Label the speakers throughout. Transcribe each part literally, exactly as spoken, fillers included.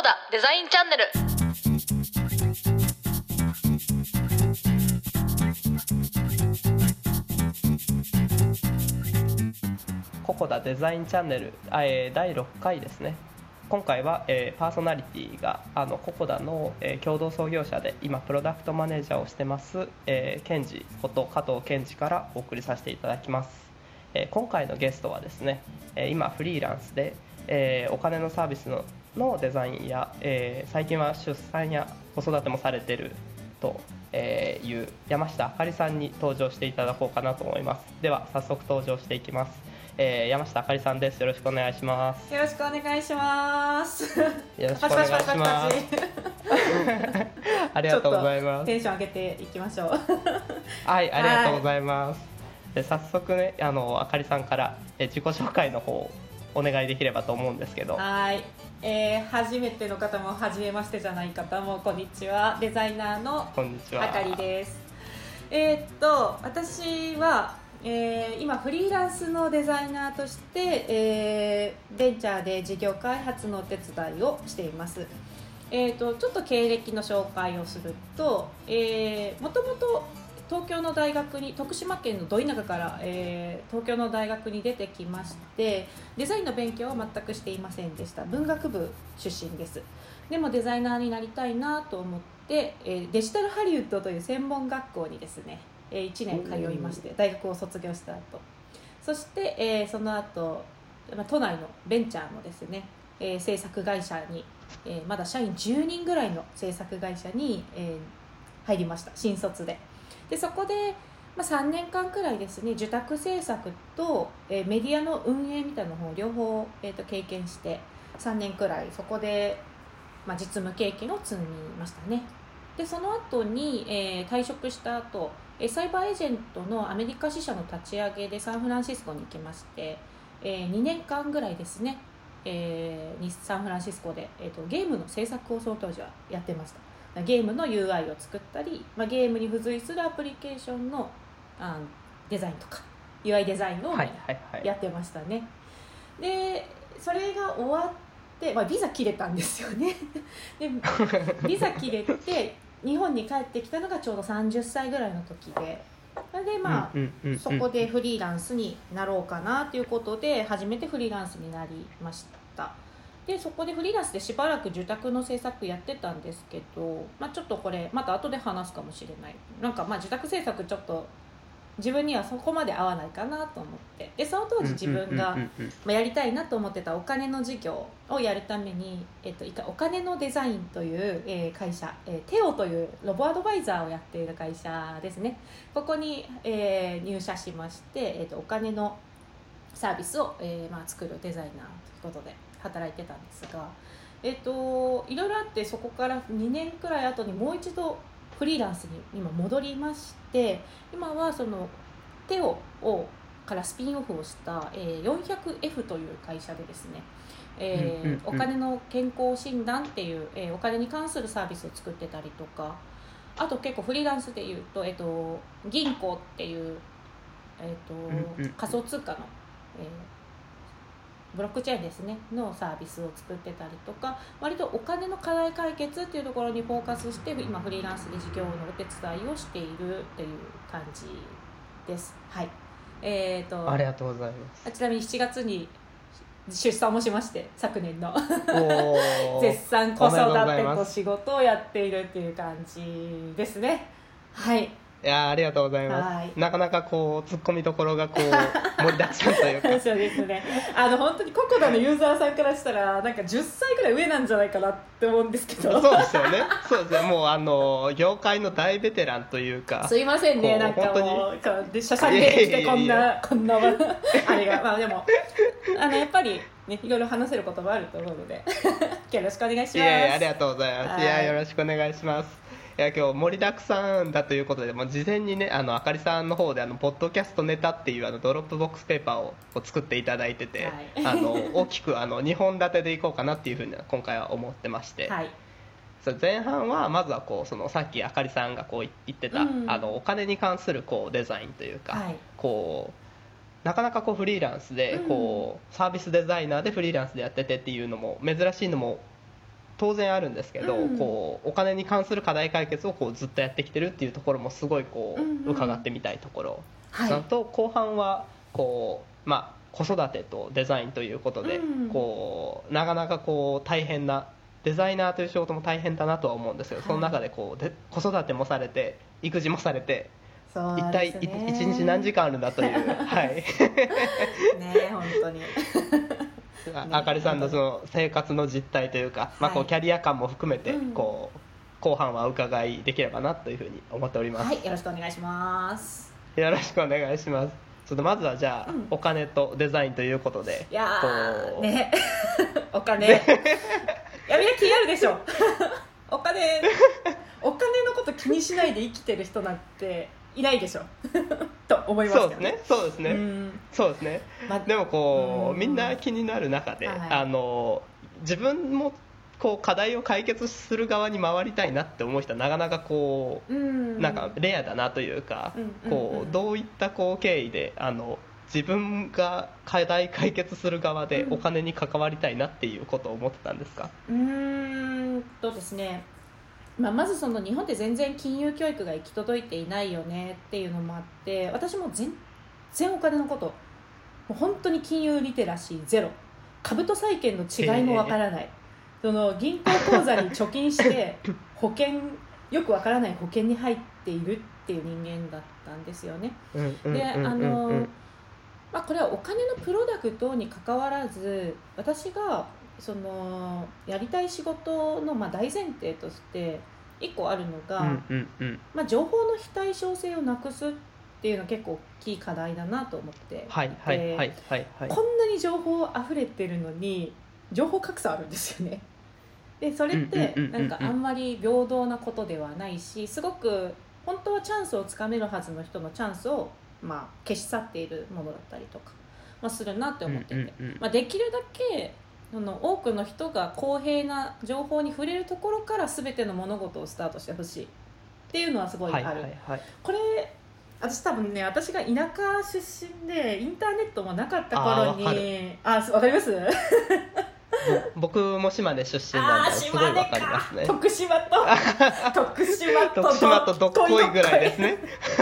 Speaker 1: ダデザインチャンネル。
Speaker 2: ココダデザインチャンネル、えー、だいろっかいですね。今回は、えー、パーソナリティがあのココダの、えー、共同創業者で今プロダクトマネージャーをしてます、えー、ケンジこと加藤健二からお送りさせていただきます。えー、今回のゲストはですね、えー、今フリーランスで、えー、お金のサービス の, のデザインや、えー、最近は出産や子育てもされているという山下あかりさんに登場していただこうかなと思います。では早速登場していきます。えー、山下あかりさんです。よろしくお願いします。
Speaker 3: よろしくお願いします。
Speaker 2: よろしくお願いします。ありがとうございます。
Speaker 3: テンション上げていきましょう。
Speaker 2: はい、ありがとうございます。で早速ね、あのあかりさんからえ自己紹介の方お願いできればと思うんですけど。
Speaker 3: はい、えー、初めての方も初めましてじゃない方もこんにちは。デザイナーの
Speaker 2: こんにちは。
Speaker 3: あかりです。えー、っと私はえー、今フリーランスのデザイナーとして、えー、ベンチャーで事業開発のお手伝いをしています。えー、とちょっと経歴の紹介をすると、えー、もともと東京の大学に徳島県のど田舎から、えー、東京の大学に出てきまして、デザインの勉強は全くしていませんでした。文学部出身です。でもデザイナーになりたいなと思って、えー、デジタルハリウッドという専門学校にですねいちねん通いまして、大学を卒業した後、そして、えー、その後、まあ、都内のベンチャーのですね、えー、制作会社に、えー、まだ社員じゅうにんぐらいの制作会社に、えー、入りました。新卒で。でそこで、まあ、さんねんかんくらいですね、受託制作と、えー、メディアの運営みたいなのを両方、えー、と経験して、さんねんくらいそこで、まあ、実務経験を積みましたね。でその後に、えー、退職した後、サイバーエージェントのアメリカ支社の立ち上げでサンフランシスコに行きまして、えー、にねんかんぐらいですね、えー、サンフランシスコで、えー、とゲームの制作をその当時はやってました。ゲームの ユーアイ を作ったり、まあ、ゲームに付随するアプリケーションのあデザインとか ユーアイ デザインをやってましたね。はいはいはい、でそれが終わって、まあ、ビザ切れたんですよね。でビザ切れて日本に帰ってきたのがちょうどさんじゅっさいぐらいの時で、でまあ、うんうんうんうん、そこでフリーランスになろうかなということで初めてフリーランスになりました。でそこでフリーランスでしばらく受託の制作やってたんですけど、まあ、ちょっとこれまた後で話すかもしれない、なんかまあ受託制作ちょっと自分にはそこまで合わないかなと思って、でその当時自分がやりたいなと思ってたお金の事業をやるために、えっと、お金のデザインという、えー、会社、えー、テオというロボアドバイザーをやっている会社ですね。ここに、えー、入社しまして、えっと、お金のサービスを、えーまあ、作るデザイナーということで働いてたんですが、えっと、いろいろあってそこからにねんくらい後にもう一度フリーランスに今戻りまして、今はそのテオをからスピンオフをした、えー、よんひゃくエフ という会社でですね、えーうんうんうん、お金の健康診断っていう、えー、お金に関するサービスを作ってたりとか、あと結構フリーランスでいうと、えー、と銀行っていう、えーとうんうん、仮想通貨の、えーブロックチェーンですねのサービスを作ってたりとか、割とお金の課題解決っていうところにフォーカスして今フリーランスで事業のお手伝いをしているっていう感じです。はい。えーと、
Speaker 2: ありがとうございます。
Speaker 3: ちなみにしちがつに出産もしまして、昨年の絶賛子育てと仕事をやっているっていう感じですね。はい。
Speaker 2: いやありがとうございます、はい、なかなかこう突っ込みどころがこう盛りだくさんというか
Speaker 3: そうですね、あの本当にココダのユーザーさんからしたらなんかじゅっさいぐらい上なんじゃないかなって思うんですけど。
Speaker 2: そうですよね、そうですね、もうあの業界の大ベテランというか、
Speaker 3: すいませんね、なんかもうで社さん出てきてこんなこんなあれが、まあでもあのやっぱりね、いろいろ話せることもあると思うのでよろしくお願いします。い
Speaker 2: やいやありがとうございます。いやよろしくお願いします。いや今日盛りだくさんだということで、もう事前にね、あのあかりさんの方であのポッドキャストネタっていうあのドロップボックスペーパーを作っていただいてて、はい、あの大きくあのにほん立てでいこうかなっていうふうに今回は思ってまして、はい、前半はまずはこうそのさっきあかりさんがこう言ってた、うん、あのお金に関するこうデザインというか、はい、こうなかなかこうフリーランスでこう、うん、サービスデザイナーでフリーランスでやっててっていうのも珍しいのも当然あるんですけど、
Speaker 3: うん、
Speaker 2: こうお金に関する課題解決をこうずっとやってきてるっていうところもすごいこう、
Speaker 3: うんうん、
Speaker 2: 伺ってみたいところ、
Speaker 3: はい、
Speaker 2: なんと後半はこう、まあ、子育てとデザインということで、
Speaker 3: うん、
Speaker 2: こうなかなかこう大変なデザイナーという仕事も大変だなとは思うんですけど、はい、その中でこうで子育てもされて育児もされて、
Speaker 3: そうですね、
Speaker 2: 一体いちにち何時間あるんだというはい
Speaker 3: ね本当に
Speaker 2: あかりさんのその生活の実態というか、はい、まあ、こうキャリア感も含めてこう、うん、後半は伺いできればなというふうに思っております。
Speaker 3: はい、よろしくお願いします。
Speaker 2: よろしくお願いします。ちょっとまずはじゃあ、うん、お金とデザインということで、
Speaker 3: いやーねお金いやみんな気になるでしょお金お金のこと気にしないで生きてる人なんていないでしょと思いますよね。
Speaker 2: そうですね、そうですね、うん、そうですね、ま、でもこうみんな気になる中で、はい、あの自分もこう課題を解決する側に回りたいなって思う人はなかなかこう、うん、なんかレアだなというか、うんうんうん、こうどういったこう経緯であの自分が課題解決する側でお金に関わりたいなっていうことを思ってたんですか？
Speaker 3: うーんとですね、まあ、まずその日本って全然金融教育が行き届いていないよねっていうのもあって、私も全然お金のこともう本当に金融リテラシーゼロ、株と債券の違いもわからない、その銀行口座に貯金して保険よくわからない保険に入っているっていう人間だったんですよね。で、あのまあ、これはお金のプロダクトに関わらず、私がそのやりたい仕事のまあ大前提としていっこあるのが、うんうんうんまあ、情報の非対称性をなくすっていうのは結構大きい課題だなと思っていて、
Speaker 2: はいはいはいはいはい、
Speaker 3: こんなに情報あふれてるのに情報格差あるんですよね。でそれってなんかあんまり平等なことではないし、すごく本当はチャンスをつかめるはずの人のチャンスをまあ消し去っているものだったりとか、まあ、するなって思ってて、うんうんうんまあ、できるだけその多くの人が公平な情報に触れるところから全ての物事をスタートしてほしいっていうのはすごいある、はいはいはい、これ私多分ね、私が田舎出身でインターネットもなかった頃にあ分かります
Speaker 2: 僕も島根出身なんですごいわかりますね。
Speaker 3: 徳島と徳島と
Speaker 2: 徳島とどっこいぐらいですね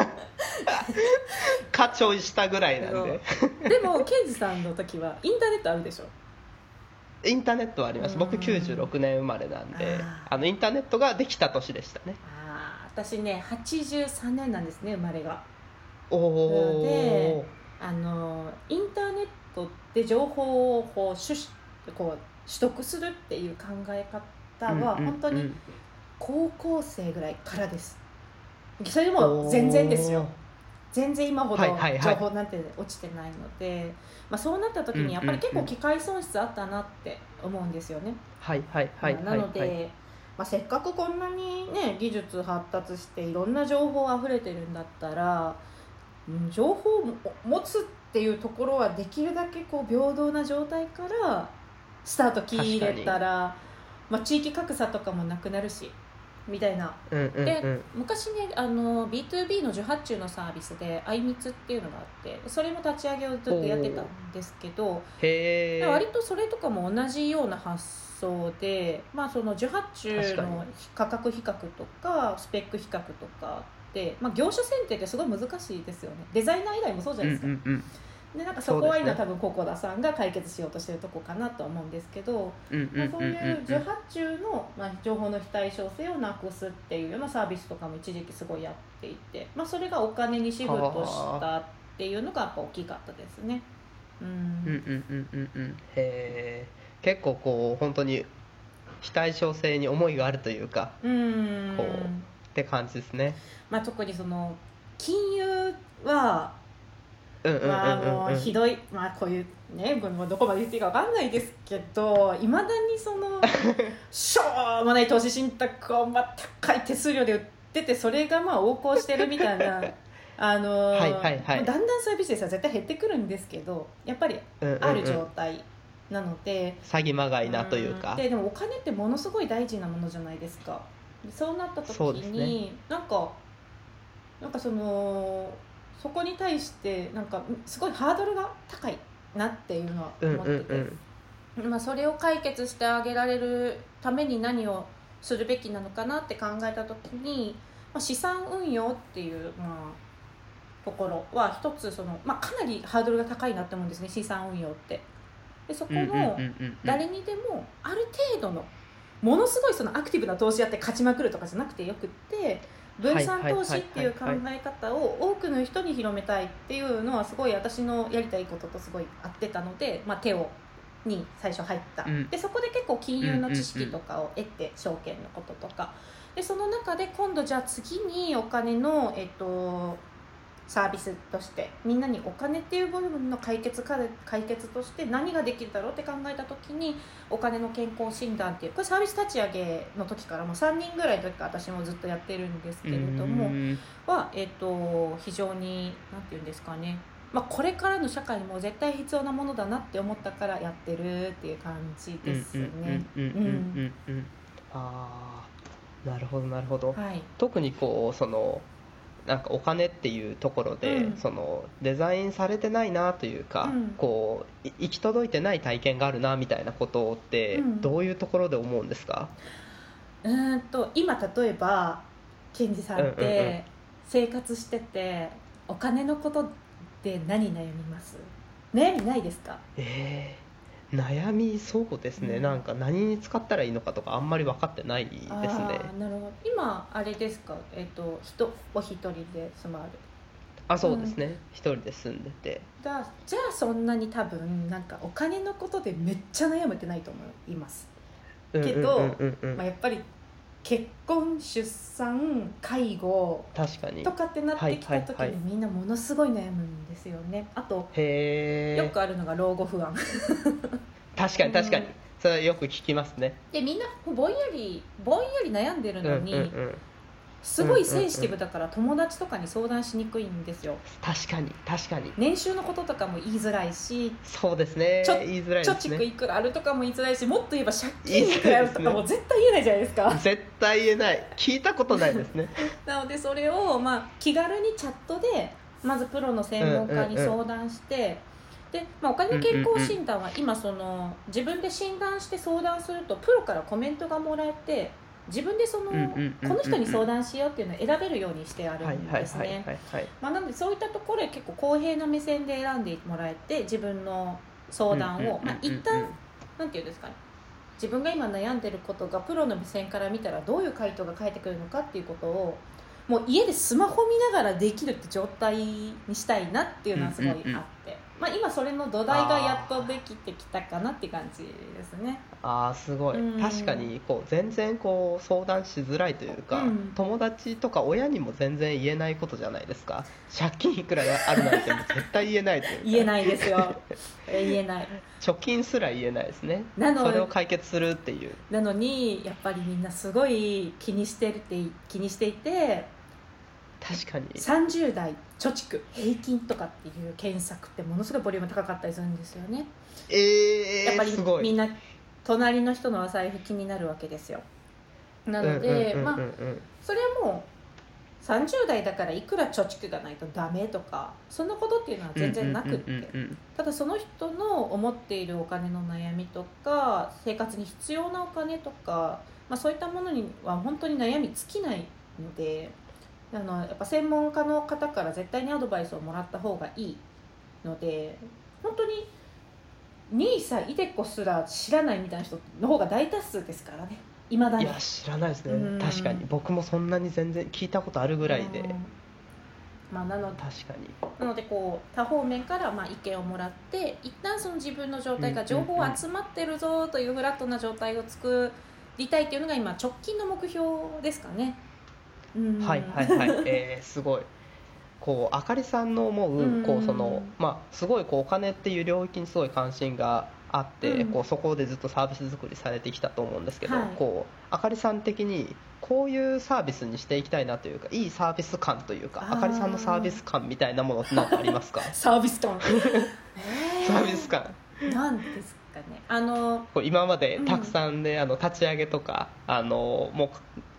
Speaker 2: かちょいしたぐらいなんで
Speaker 3: でもケンジさんの時はインターネットあるでしょ？
Speaker 2: インターネットはあります。僕きゅうじゅうろくねん生まれなんで、あのインターネットができた年でしたね。
Speaker 3: あ私ねはちじゅうさんねんなんですね、生まれが。
Speaker 2: おお。
Speaker 3: であのインターネットで情報をこう取こう取得するっていう考え方は本当に高校生ぐらいからです。それでも全然ですよ。全然今ほど情報なんて落ちてないので、はいはいはい、まあ、そうなった時にやっぱり結構機会損失あったなって思うんですよね。
Speaker 2: はいはいはいはい、
Speaker 3: なので、まあ、せっかくこんなにね技術発達していろんな情報あふれてるんだったら、情報を持つっていうところはできるだけこう平等な状態からスタート切れたら、まあ、地域格差とかもなくなるしみたいな、うんうんうん、で昔ねあの ビーツービー の受発注のサービスでアイミツっていうのがあって、それも立ち上げをずっとやってたんですけど、
Speaker 2: へ
Speaker 3: 割とそれとかも同じような発想で、まあ、その受発注の価格比較とかスペック比較とかで、まあ、業種選定ってすごい難しいですよね。デザイナー以外もそうじゃないですか、うんうんうん、でなんかそこは今多分ココダさんが解決しようとしてるとこかなと思うんですけど、そういう受発注の、まあ、情報の非対称性をなくすっていうようなサービスとかも一時期すごいやっていて、まあ、それがお金にシフトしたっていうのがやっぱ大きかったですね。うんうんうんうんうん、
Speaker 2: へー、結構こう本当に非対称性に思いがあるというか、うんこうって感じですね。
Speaker 3: まあ、特にその金融はまあもうひどい、まあこういうねもうどこまで言っていいか分かんないですけど、いまだにそのしょうもない投資信託をまあ高い手数料で売ってて、それがまあ横行してるみたいなあの、はいはいはい、だんだんそういうビジネスは絶対減ってくるんですけど、やっぱりある状態なので、うんうんうん、
Speaker 2: 詐欺まがいなというか、
Speaker 3: ででもお金ってものすごい大事なものじゃないですか。そうなった時に、ね、なんかなんかそのそこに対してなんかすごいハードルが高いなっていうのは思ってて、うんうんうん、 まあ、それを解決してあげられるために何をするべきなのかなって考えた時に、まあ、資産運用っていう、まあ、ところは一つその、まあ、かなりハードルが高いなって思うんですね、資産運用って。でそこの誰にでもある程度のものすごいそのアクティブな投資やって勝ちまくるとかじゃなくてよくって、分散投資っていう考え方を多くの人に広めたいっていうのはすごい私のやりたいこととすごい合ってたので、まあ、手をに最初入った、うん、でそこで結構金融の知識とかを得て、証券のこととかで、その中で今度じゃあ次にお金の、えっと、サービスとしてみんなにお金っていう部分の解決か解決として何ができるだろうって考えた時に、お金の健康診断っていう、これサービス立ち上げの時からもうさんにんぐらいの時から私もずっとやってるんですけれどもは、えっと、非常に何て言うんですかね、まあ、これからの社会にも絶対必要なものだなって思ったからやってるっていう感じですね。
Speaker 2: ああ、なるほどなるほど、
Speaker 3: はい、
Speaker 2: 特にこうそのなんかお金っていうところで、うん、そのデザインされてないなというか、うん、こう行き届いてない体験があるなみたいなことってどういうところで思うんですか？
Speaker 3: うん、うんと今例えばケンジさんって生活しててお金のことで何悩みます？悩みないですか？
Speaker 2: えー、悩みそうですね、うん、なんか何に使ったらいいのかとかあんまり分かってないですね。あ、
Speaker 3: なるほど。今あれですか、えっと人お一人で住まわれる？
Speaker 2: あ、そうですね、うん、一人で住んでて。
Speaker 3: だじゃあそんなに多分なんかお金のことでめっちゃ悩むってないと思いますけど、まあ、やっぱり結婚、出産、介護とかってなってきた時にみんなものすごい悩むんですよね。あと
Speaker 2: へ
Speaker 3: よくあるのが老後不安
Speaker 2: 確かに確かに、うん、それはよく聞きますね。
Speaker 3: でみんなぼんやりぼんやり悩んでるのに、うんうんうん、すごいセンシティブだから友達とかに相談しにくいんですよ。
Speaker 2: 確かに確かに。
Speaker 3: 年収のこととかも言いづらいし、
Speaker 2: そうですね、
Speaker 3: ちょ
Speaker 2: 言いづらいですね。
Speaker 3: 貯蓄いくらあるとかも言いづらいし、もっと言えば借金いくらあるとかも絶対言えないじゃないですか。
Speaker 2: 絶対言えない、聞いたことないですね
Speaker 3: なのでそれを、まあ、気軽にチャットでまずプロの専門家に相談して、うんうんうん、でまあ、お金の健康診断は今その自分で診断して相談するとプロからコメントがもらえて、自分でその、うんうんうんうん、この人に相談しようっていうのを選べるようにしてあるんですね。なのでそういったところで結構公平な目線で選んでもらえて、自分の相談を、まあ、一旦なんていうんですかね、自分が今悩んでることがプロの目線から見たらどういう回答が返ってくるのかっていうことをもう家でスマホ見ながらできるって状態にしたいなっていうのはすごいあって、うんうんうん、まあ、今それの土台がやっとできてきたかなって感じですね。
Speaker 2: ああ、すごい、うん、確かにこう全然こう相談しづらいというか、うん、友達とか親にも全然言えないことじゃないですか。借金いくらあるなんて絶対言えないというか
Speaker 3: 言えないですよ言えない、
Speaker 2: 貯金すら言えないですね。なのそれを解決するっていう。
Speaker 3: なのにやっぱりみんなすごい気にしてるって気にしていて、
Speaker 2: 確かに
Speaker 3: さんじゅう代貯蓄平均とかっていう検索ってものすごいボリューム高かったりするんですよね。
Speaker 2: えー、
Speaker 3: やっぱりみんな隣の人のお財布気になるわけですよ。なので、まあそれはもうさんじゅう代だからいくら貯蓄がないとダメとかそんなことっていうのは全然なくって、ただその人の思っているお金の悩みとか生活に必要なお金とか、まあ、そういったものには本当に悩み尽きないので、あのやっぱ専門家の方から絶対にアドバイスをもらった方がいいので、本当にニーサ、イデコすら知らないみたいな人の方が大多数ですからね、いまだに。
Speaker 2: いや知らないですね、確かに僕もそんなに全然聞いたことあるぐらいで、
Speaker 3: まあ、なので
Speaker 2: 確かに
Speaker 3: なのでこう多方面からまあ意見をもらって一旦その自分の状態が情報集まってるぞというフラットな状態を作りたいというのが今直近の目標ですかね。
Speaker 2: うん、はいはいはい、えー、すごいこうあかりさんの思う、うん、こうそのまあすごいこうお金っていう領域にすごい関心があって、うん、こうそこでずっとサービス作りされてきたと思うんですけど、はい、こうあかりさん的にこういうサービスにしていきたいなというか、いいサービス感というか、あかりさんのサービス感みたいなものって何かありますか？
Speaker 3: サービス感
Speaker 2: サービス感
Speaker 3: なんですかね、あの
Speaker 2: こう今までたくさんで、うん、あの立ち上げとかあのもう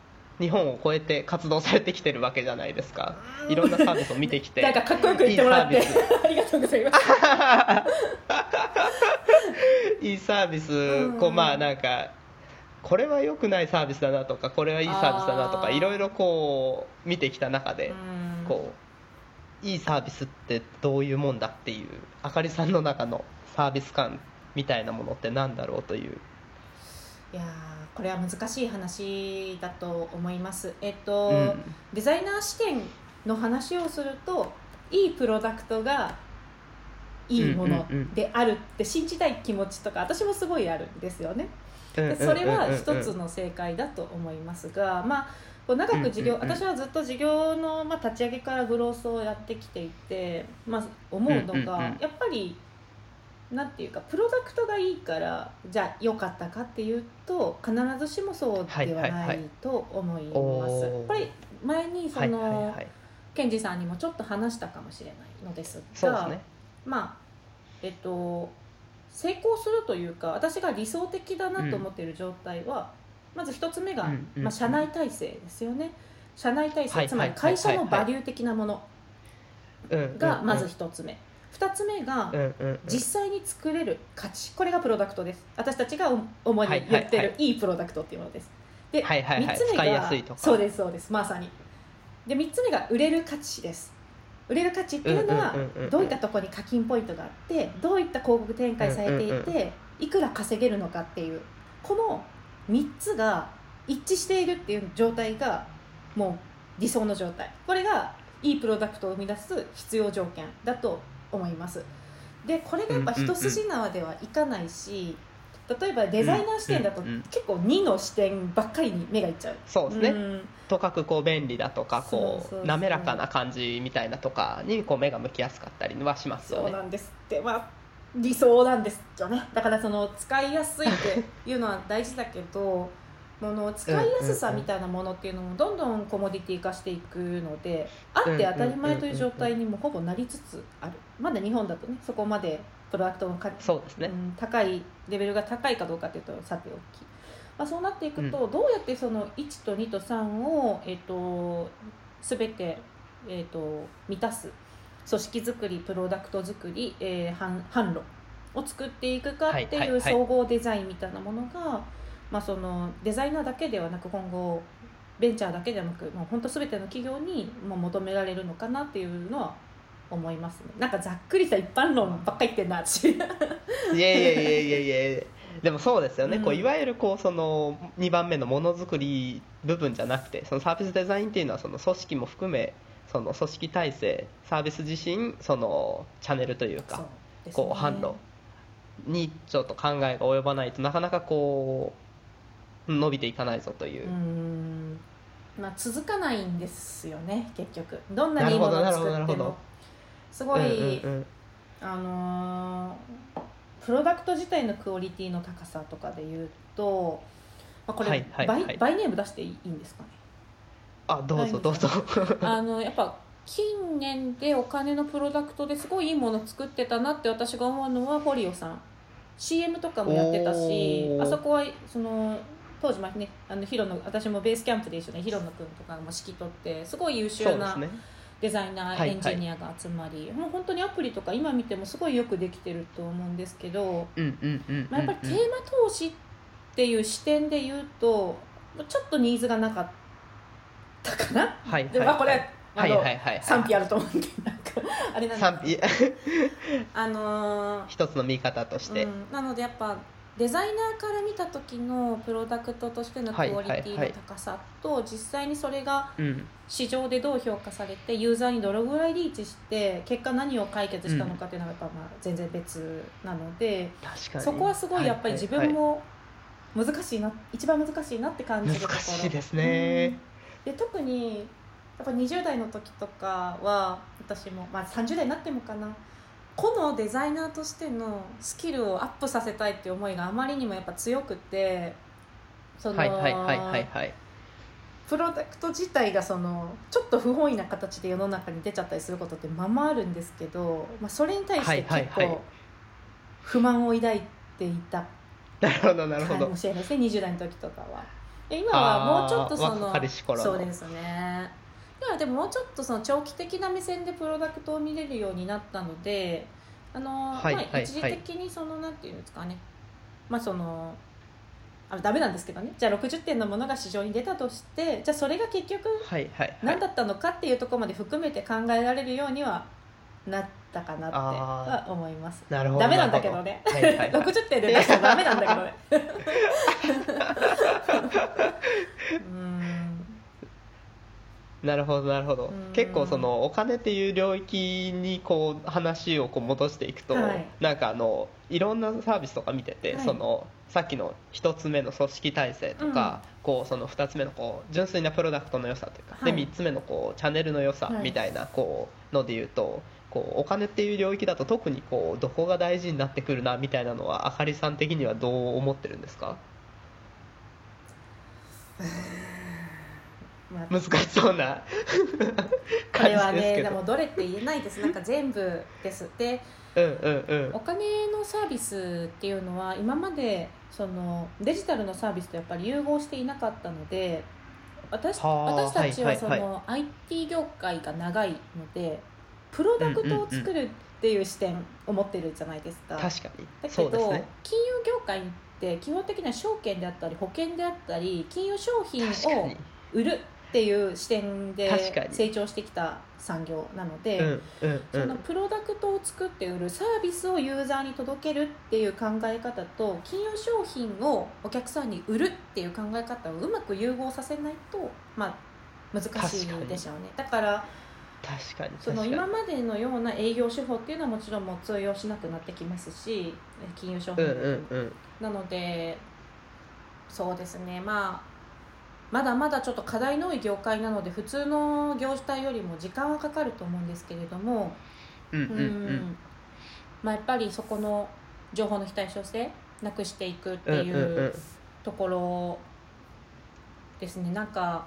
Speaker 2: 日本を超えて活動されてきてるわけじゃないですか。いろんなサービスを見てきて
Speaker 3: なんかかっこよく言ってもらって
Speaker 2: いいサービス
Speaker 3: ありがとうございます
Speaker 2: いいサービス、
Speaker 3: うん
Speaker 2: こうまあなんかこれは良くないサービスだなとかこれはいいサービスだなとか
Speaker 3: あー
Speaker 2: いろいろこう見てきた中で、
Speaker 3: うん
Speaker 2: こういいサービスってどういうもんだっていうあかりさんの中のサービス感みたいなものってなんだろうという。
Speaker 3: いやーこれは難しい話だと思います。えっと、
Speaker 2: うん、
Speaker 3: デザイナー視点の話をするといいプロダクトがいいものであるって信じたい気持ちとか私もすごいあるんですよね。でそれは一つの正解だと思いますが、まあ、こう長く事業、
Speaker 2: うんうんうん
Speaker 3: 私はずっと事業の、まあ、立ち上げからグロースをやってきていて、まあ、思うのが、
Speaker 2: うんうんうん
Speaker 3: やっぱりなんていうかプロダクトがいいからじゃあ良かったかっていうと必ずしもそうではないと思います。
Speaker 2: はいはいはい
Speaker 3: これ前にその、
Speaker 2: はいはいはい、
Speaker 3: ケンジさんにもちょっと話したかもしれないのですが、
Speaker 2: そうですね。
Speaker 3: まあえっと成功するというか私が理想的だなと思っている状態は、うん、まず一つ目が、
Speaker 2: うんうん
Speaker 3: まあ、社内体制ですよね。社内体制、
Speaker 2: はい
Speaker 3: つまり会社のバリュー的なものがまず一つ目、二つ目が、
Speaker 2: うんうんうん、
Speaker 3: 実際に作れる価値、これがプロダクトです。私たちが主に言ってるいいプロダクトっていうものです。で、
Speaker 2: はいはいはい、
Speaker 3: みっつめが
Speaker 2: 使いやすいとか、
Speaker 3: そうですそうです、まさに。でみっつめが売れる価値です。売れる価値っていうのはどういったところに課金ポイントがあってどういった広告展開されていていくら稼げるのかっていうこのみっつが一致しているっていう状態がもう理想の状態、これがいいプロダクトを生み出す必要条件だと思います。でこれがやっぱ一筋縄ではいかないし、例えばデザイナー視点だと結構にの視点ばっかりに目がいっちゃう。
Speaker 2: そうですね、
Speaker 3: うん、
Speaker 2: とかくこう便利だとかこう
Speaker 3: そうそうそう
Speaker 2: 滑らかな感じみたいなとかにこう目が向きやすかったりはしますよね。
Speaker 3: そうなんですって、まあ、理想なんですよね。だからその使いやすいっていうのは大事だけどもの使いやすさみたいなものっていうのもどんどんコモディティ化していくのであって当たり前という状態にもほぼなりつつある。まだ日本だとねそこまでプロダクトのか
Speaker 2: そうですね、
Speaker 3: うん、高いレベルが高いかどうかというとさておき、まあ、そうなっていくと、うん、どうやってそのいちとにとさんを、えー、と全て、えー、と満たす組織づくりプロダクトづくり、えー、販販路を作っていくかっていう総合デザインみたいなものが、はいはいはい、まあ、そのデザイナーだけではなく今後ベンチャーだけではなくもう本当全ての企業にも求められるのかなっていうのは思いますね。なんかざっくりした一般論ばっかり言ってんな私いや
Speaker 2: いやいやいやいやいやでもそうですよね、
Speaker 3: うん、
Speaker 2: こういわゆるこうそのにばんめのものづくり部分じゃなくてそのサービスデザインっていうのはその組織も含めその組織体制サービス自身そのチャンネルというかう、ね、こう販路にちょっと考えが及ばないとなかなかこう伸びていかないぞという、
Speaker 3: うーん、まあ、続かないんですよね結局。どんなにいいものを作ってもすごい、うんうんうん、あのー、プロダクト自体のクオリティの高さとかで言うと、まあ、これ、はいはいはい、バイ、バイネーム出していいんですかね。
Speaker 2: あ、どうぞどうぞ
Speaker 3: あのやっぱ近年でお金のプロダクトですごいいいもの作ってたなって私が思うのはフォリオさん シーエム とかもやってたし、あそこはその当時、ね、あのヒロの私もベースキャンプで一緒にヒロノ君とかも指揮取ってすごい優秀なデザイナー、エンジニアが集まり、はいはい、もう本当にアプリとか今見てもすごいよくできてると思うんですけど、やっぱりテーマ投資っていう視点で言うとちょっとニーズがなかったかな、はいはいはい、でまあ、これあの、はいはいはいはい、賛否あると思うんでなんかあれなんですけどあのー、
Speaker 2: 一つの見方として、
Speaker 3: うん、なのでやっぱデザイナーから見た時のプロダクトとしてのクオリティの高さと実際にそれが市場でどう評価されてユーザーにどれぐらいリーチして結果何を解決したのかっていうのがやっぱまあ全然別なので、そこはすごいやっぱり自分も難しいな、一番難しいなって感じるところ。
Speaker 2: 難しいですね、
Speaker 3: うん、で特にやっぱにじゅう代の時とかは私も、まあ、さんじゅう代になってもかな個のデザイナーとしてのスキルをアップさせたいっていう思いがあまりにもやっぱ強くて、その、はいはいはいはいはい、プロダクト自体がそのちょっと不本意な形で世の中に出ちゃったりすることってままあるんですけど、まあ、それに対して結構不満を抱いていたかもしれないですね、にじゅう代の時とかは。 今はもうちょっとその
Speaker 2: 若かりし頃の
Speaker 3: そうですね。今でももうちょっとその長期的な目線でプロダクトを見れるようになったので、あの、
Speaker 2: はい
Speaker 3: まあ、
Speaker 2: はい
Speaker 3: 一時的にそのなんていうんですかね、まあそのあダメなんですけどね、じゃあろくじゅってんのものが市場に出たとして、じゃあそれが結局
Speaker 2: はいはいはい
Speaker 3: 何だったのかっていうところまで含めて考えられるようにはなったかなっては思います。
Speaker 2: なるほど
Speaker 3: ダメなんだけどね、
Speaker 2: はいはいはい
Speaker 3: ろくじゅってんで出したらダメなんだけどねうん
Speaker 2: なるほどなるほど。
Speaker 3: うん
Speaker 2: 結構そのお金っていう領域にこう話をこう戻していくと、
Speaker 3: はい、
Speaker 2: なんかあのいろんなサービスとか見てて、
Speaker 3: はい、
Speaker 2: そのさっきのひとつめの組織体制とか、うん、こうそのふたつめのこう純粋なプロダクトの良さというか、はい、でみっつめのこうチャンネルの良さみたいなこうので言うと、こうお金っていう領域だと特にこうどこが大事になってくるなみたいなのはあかりさん的にはどう思ってるんですか？まあ、難しそうな
Speaker 3: これはね、でもどれって言えないです。なんか全部ですで、
Speaker 2: うんうんうん、
Speaker 3: お金のサービスっていうのは今までそのデジタルのサービスとやっぱり融合していなかったので、私、私たちはその、はいはいはい、アイティー 業界が長いのでプロダクトを作るっていう視点を持ってるじゃないですか。
Speaker 2: 確かに
Speaker 3: だけど
Speaker 2: そうですね、
Speaker 3: 金融業界って基本的には証券であったり保険であったり金融商品を売るっていう視点で成長してきた産業なので、うんうんうん、そのプロダクトを作って売るサービスをユーザーに届けるっていう考え方と金融商品をお客さんに売るっていう考え方をうまく融合させないと、まあ、難しいでしょうね。だから
Speaker 2: 確かに
Speaker 3: その今までのような営業手法っていうのはもちろんもう通用しなくなってきますし、金融商品、うんうんうん、なのでそうですね、まあまだまだちょっと課題の多い業界なので普通の業態よりも時間はかかると思うんですけれども、
Speaker 2: うんうんうん
Speaker 3: うんまあ、やっぱりそこの情報の非対称性なくしていくっていうところですね。なんか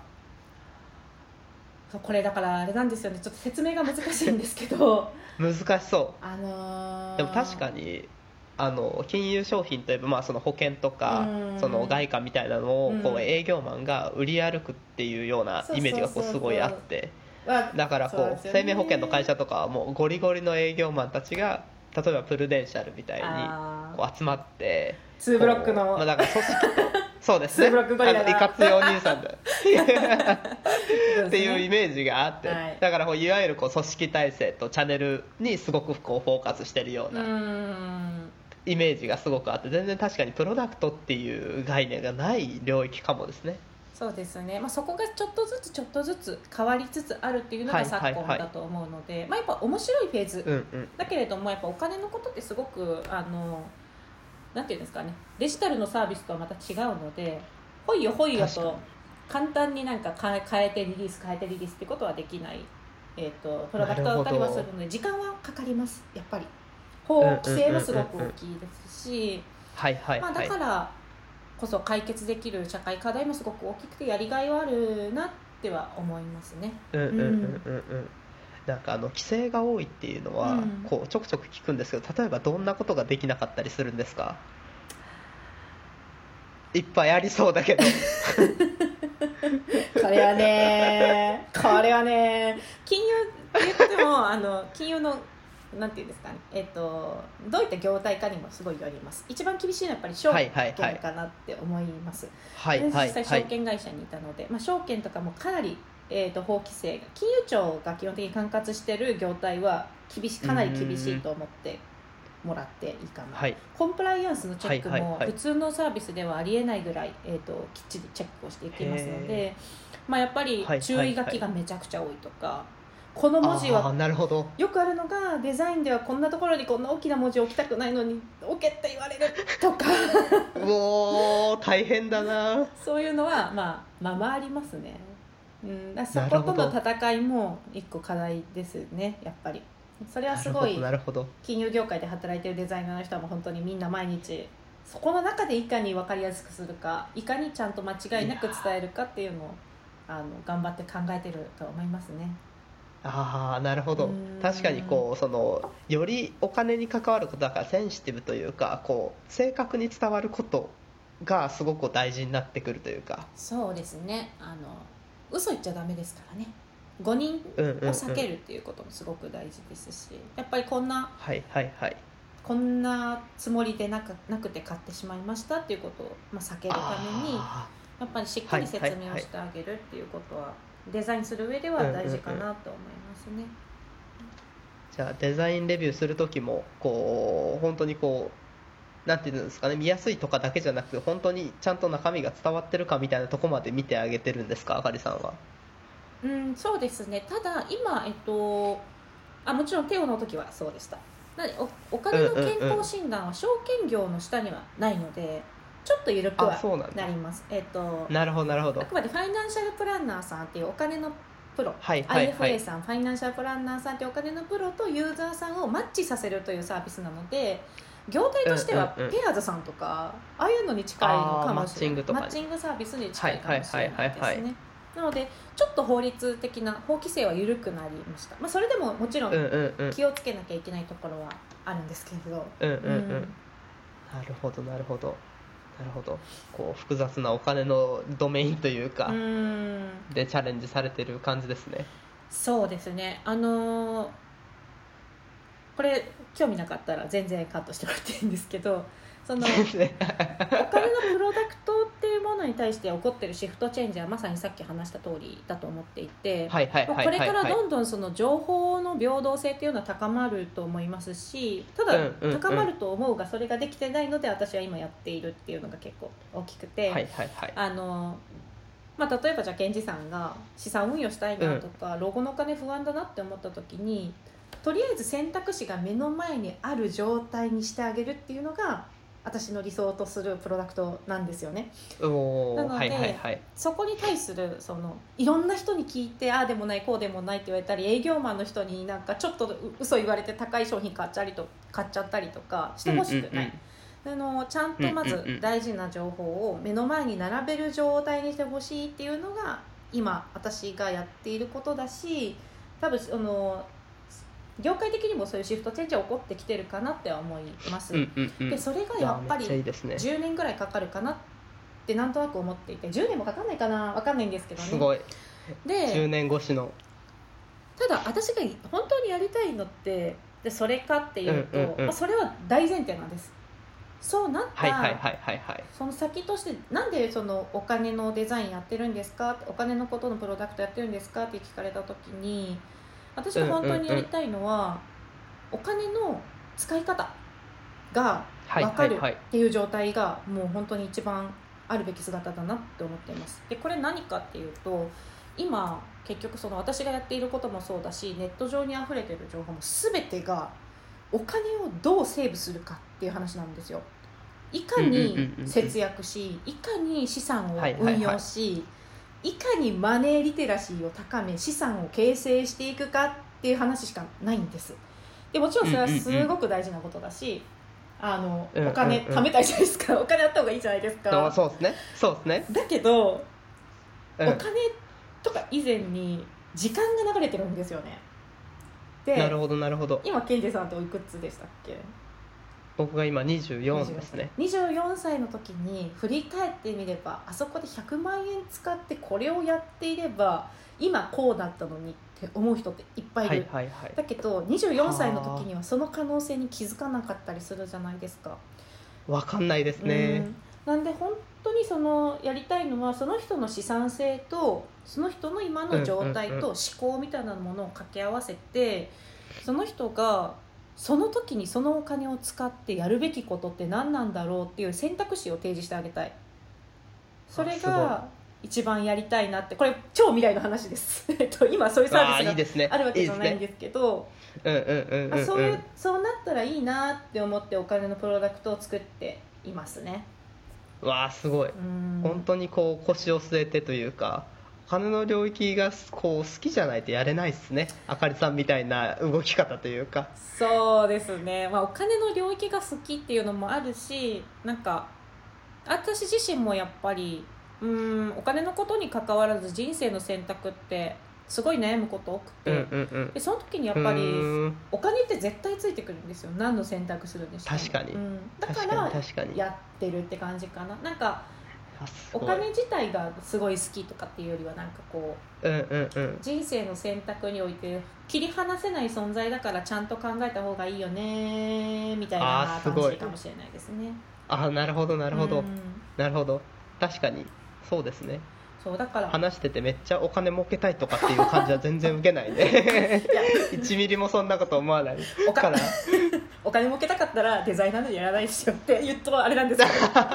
Speaker 3: これだからあれなんですよね、ちょっと説明が難しいんですけど
Speaker 2: 難しそう、
Speaker 3: あのー、
Speaker 2: でも確かにあの金融商品といえば、まあ、その保険とかその外貨みたいなのをこう営業マンが売り歩くっていうようなイメージがこうすごいあって、だからこう生命保険の会社とかはもうゴリゴリの営業マンたちが例えばプルデンシャルみたいにこう集まって
Speaker 3: ツーブロックの、
Speaker 2: まあ、だから組織そうですね、
Speaker 3: ツーブロックゴリラだ
Speaker 2: いかついお兄さんだっていうイメージがあって、はい、だからこういわゆるこう組織体制とチャンネルにすごくこうフォーカスしてるようなイメージがすごくあって、全然確かにプロダクトっていう概念がない領域かもですね。
Speaker 3: そうですね、まあ、そこがちょっとずつちょっとずつ変わりつつあるっていうのが昨今だと思うので、はいはいはい、まあ、やっぱ面白いフェーズ、うんうん、だけれどもやっぱお金のことってすごくあのなんていうんですかね、デジタルのサービスとはまた違うのでほいよほいよと簡単になんか変えてリリース変えてリリースってことはできない、えー、とプロダクトだったりはするので時間はかかります。やっぱり法規制もすごく大きいですし、まあ、だからこそ解決できる社会課題もすごく大きくてやりがいはあるなっては思いますね。
Speaker 2: うんうんうんうんうんなんかあの規制が多いっていうのは、うん、こうちょくちょく聞くんですけど、例えばどんなことができなかったりするんですか？いっぱいありそうだけど
Speaker 3: これはねこれはね金融って言ってもあの金融のなんていうんですかね、えーと、どういった業態かにもすごいよります。一番厳しいのはやっぱり証券かなって思います。
Speaker 2: はいはいはい、
Speaker 3: 実際証券会社にいたので、はいはい、まあ、証券とかもかなり、えーと、法規制が金融庁が基本的に管轄している業態は厳しかなり厳しいと思ってもらっていいかな、はい、コンプライアンスのチェックも普通のサービスではありえないぐらい、えーと、きっちりチェックをしていきますので、まあ、やっぱり注意書きがめちゃくちゃ多いとか、この文字は
Speaker 2: なるほど
Speaker 3: よくあるのがデザインではこんなところにこんな大きな文字を置きたくないのに置けって言われるとか
Speaker 2: おー大変だな。
Speaker 3: そういうのはまあまあまあありますね、うん、だそことの戦いも一個課題ですね。やっぱりそれはすごい金融業界で働いているデザイナーの人はもう本当にみんな毎日そこの中でいかに分かりやすくするかいかにちゃんと間違いなく伝えるかっていうのをあの頑張って考えてると思いますね。
Speaker 2: ああなるほど。確かにこうそのよりお金に関わることだからセンシティブというかこう正確に伝わることがすごく大事になってくるというか。
Speaker 3: そうですね、あの嘘言っちゃダメですからね。誤認を避けるっていうこともすごく大事ですし、やっぱりこんな
Speaker 2: はいはいはい。
Speaker 3: こんなつもりでなく、なくて買ってしまいましたっていうことを、まあ、避けるために
Speaker 2: あ
Speaker 3: やっぱりしっかり説明をしてあげるっていうことはデザインする上では大事かなと思いますね。
Speaker 2: じゃあデザインレビューする時もこう本当にこうなんていうんですかね、見やすいとかだけじゃなくて本当にちゃんと中身が伝わってるかみたいなとこまで見てあげてるんですか、あかりさんは。
Speaker 3: うん、そうですね。ただ今、えっと、あもちろんテオの時はそうでした。なので お, お金の健康診断は証券業の下にはないので、ちょっと緩くはなります。えっと、
Speaker 2: なるほどなるほど。
Speaker 3: あくまでファイナンシャルプランナーさんっていうお金のプロ、
Speaker 2: はいはいはい、
Speaker 3: アイエフエー さん、ファイナンシャルプランナーさんっていうお金のプロとユーザーさんをマッチさせるというサービスなので、業態としてはペアーズさんとか、ああいうのに近いのかもしれない。マッチングサービスに近いかもしれないですね。なのでちょっと法律的な法規制は緩くなりました。まあ、それでももちろん気をつけなきゃいけないところはあるんですけれど、
Speaker 2: うんうんうんうん、なるほどなるほどなるほど。こう複雑なお金のドメインというか
Speaker 3: うん
Speaker 2: でチャレンジされてる感じですね。
Speaker 3: そうですね。あのー、これ興味なかったら全然カットしてもらっていいんですけど、そのお金のプロダクトっていうものに対して起こってるシフトチェンジはまさにさっき話した通りだと思っていて、これからどんどんその情報の平等性っていうのは高まると思いますし、ただ高まると思うがそれができてないので私は今やっているっていうのが結構大きくて、
Speaker 2: はいはいはい、
Speaker 3: あのまあ、例えばじゃあケンジさんが資産運用したいなとか、うん、老後のお金不安だなって思った時にとりあえず選択肢が目の前にある状態にしてあげるっていうのが私の理想とするプロダクトなんですよね。
Speaker 2: お
Speaker 3: なので、
Speaker 2: はいはいはい、
Speaker 3: そこに対するそのいろんな人に聞いてああでもないこうでもないって言われたり、営業マンの人になんかちょっと嘘言われて高い商品買っちゃりと買っちゃったりとかしてほしくない、うんうんうん、あのちゃんとまず大事な情報を目の前に並べる状態にしてほしいっていうのが今私がやっていることだし、多分あの業界的にもそういうシフトチェンジは起こってきてるかなっては思います、
Speaker 2: うんうんうん、
Speaker 3: でそれがやっぱりじゅうねんぐらいかかるかなってなんとなく思っていて、じゅうねんもかかんないかな分かんないんですけどね。
Speaker 2: すごい
Speaker 3: で
Speaker 2: じゅうねん越しの。た
Speaker 3: だ私が本当にやりたいのってでそれかっていうと、うんうんうん、まあ、それは大前提なんです。そうなった、はいはいはいはいはい、その先としてなんでそのお金のデザインやってるんですか、お金のことのプロダクトやってるんですかって聞かれた時に、私が本当にやりたいのは、うんうんうん、お金の使い方が分かるっていう状態がもう本当に一番あるべき姿だなって思っています。でこれ何かっていうと、今結局その私がやっていることもそうだし、ネット上に溢れている情報も全てがお金をどうセーブするかっていう話なんですよ。いかに節約し、いかに資産を運用し、はいはいはい、いかにマネーリテラシーを高め資産を形成していくかっていう話しかないんです。でもちろんそれはすごく大事なことだし、あのお金貯めたいじゃないですか、お金あった方がいいじゃないですか。
Speaker 2: そうですねそうですね。
Speaker 3: だけど、うん、お金とか以前に時間が流れてるんですよね。で
Speaker 2: なるほどなるほど。
Speaker 3: 今ケンジさんっておいくつでしたっけ？
Speaker 2: 僕が今にじゅうよんですね。
Speaker 3: にじゅうよんさいの時に振り返ってみれば、あそこでひゃくまんえん使ってこれをやっていれば今こうだったのにって思う人っていっぱいいる、はいはいはい、だけどにじゅうよんさいの時にはその可能性に気づかなかったりするじゃないですか。
Speaker 2: 分かんないですね。
Speaker 3: うん、なんで本当にそのやりたいのはその人の資産性とその人の今の状態と思考みたいなものを掛け合わせて、その人がその時にそのお金を使ってやるべきことって何なんだろうっていう選択肢を提示してあげたい。それが一番やりたいなって。これ超未来の話です今そういうサービスがあるわけじゃないんですけど、そうなったらいいなって思ってお金のプロダクトを作っていますね。
Speaker 2: わあすごい。本当にこう腰を据えてというか、お金の領域がこう好きじゃないとやれないですね、あかりさんみたいな動き方というか。
Speaker 3: そうですね、まあ、お金の領域が好きっていうのもあるし、なんか私自身もやっぱりうーんお金のことに関わらず人生の選択ってすごい悩むこと多くて、
Speaker 2: うんうんうん、
Speaker 3: でその時にやっぱりお金って絶対ついてくるんですよ、何の選択するにしても。
Speaker 2: 確かに、
Speaker 3: うん、だからやってるって感じかな。なんかお金自体がすごい好きとかっていうよりは、なんかこう、
Speaker 2: うんうんうん、
Speaker 3: 人生の選択において切り離せない存在だからちゃんと考えた方がいいよねみたいな感じかもしれないですね。
Speaker 2: あ、なるほどなるほど、
Speaker 3: うん、
Speaker 2: なるほど、確かにそうですね。
Speaker 3: そうだから
Speaker 2: 話しててめっちゃお金儲けたいとかっていう感じは全然受けないねいちミリもそんなこと思わない
Speaker 3: おか
Speaker 2: から
Speaker 3: お金儲けたかったらデザイナーでやらないですよって言うとあれなんですけど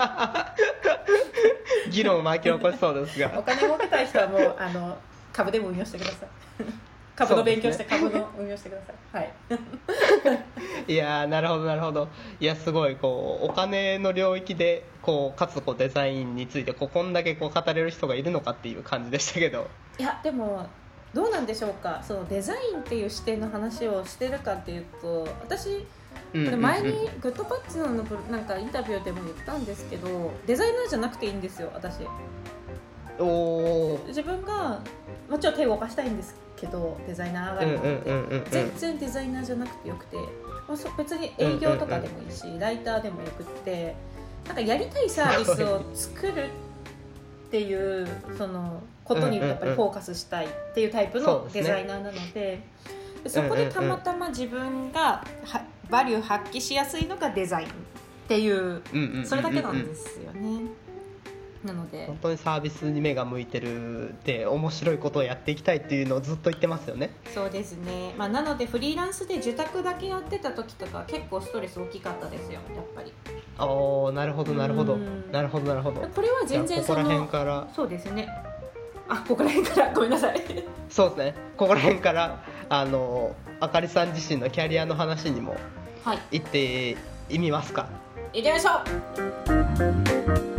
Speaker 2: 議論を巻き起こしそうですが
Speaker 3: お金儲けたい人はもうあの株でも運用してください株の勉強して株の運用してください、はい
Speaker 2: いやー、なるほどなるほど。いや、すごいこうお金の領域でこうかつこうデザインについてこうこんだけこう語れる人がいるのかっていう感じでしたけど、
Speaker 3: いやでもどうなんでしょうか。そのデザインっていう視点の話をしてるかっていうと、私
Speaker 2: うんうんうん、
Speaker 3: 前にグッドパッチのなんかインタビューでも言ったんですけど、デザイナーじゃなくていいんですよ私。
Speaker 2: おー、
Speaker 3: 自分がもちろん手を動かしたいんですけど、デザイナー上がりになって、
Speaker 2: うんうんうんうん、
Speaker 3: 全然デザイナーじゃなくてよくて、別に営業とかでもいいし、うんうんうん、ライターでもよくって、なんかやりたいサービスを作るっていうそのことにやっぱりフォーカスしたいっていうタイプのデザイナーなので、そ, でそこでたまたま自分がバリュー発揮しやすいのがデザインっていう、それだけなんですよね。なので
Speaker 2: 本当にサービスに目が向いてるで面白いことをやっていきたいっていうのをずっと言ってますよね。
Speaker 3: そうですね、まあ、なのでフリーランスで受託だけやってた時とか結構ストレス大きかったですよやっぱり。
Speaker 2: おー、なるほどなるほどなるほどなるほど。
Speaker 3: これは全然
Speaker 2: そのここら辺から
Speaker 3: そうですね、あ、ここら辺からごめんなさい
Speaker 2: そうですね、ここら辺からあのあかりさん自身のキャリアの話にも行ってみますか。
Speaker 3: 行ってみましょう。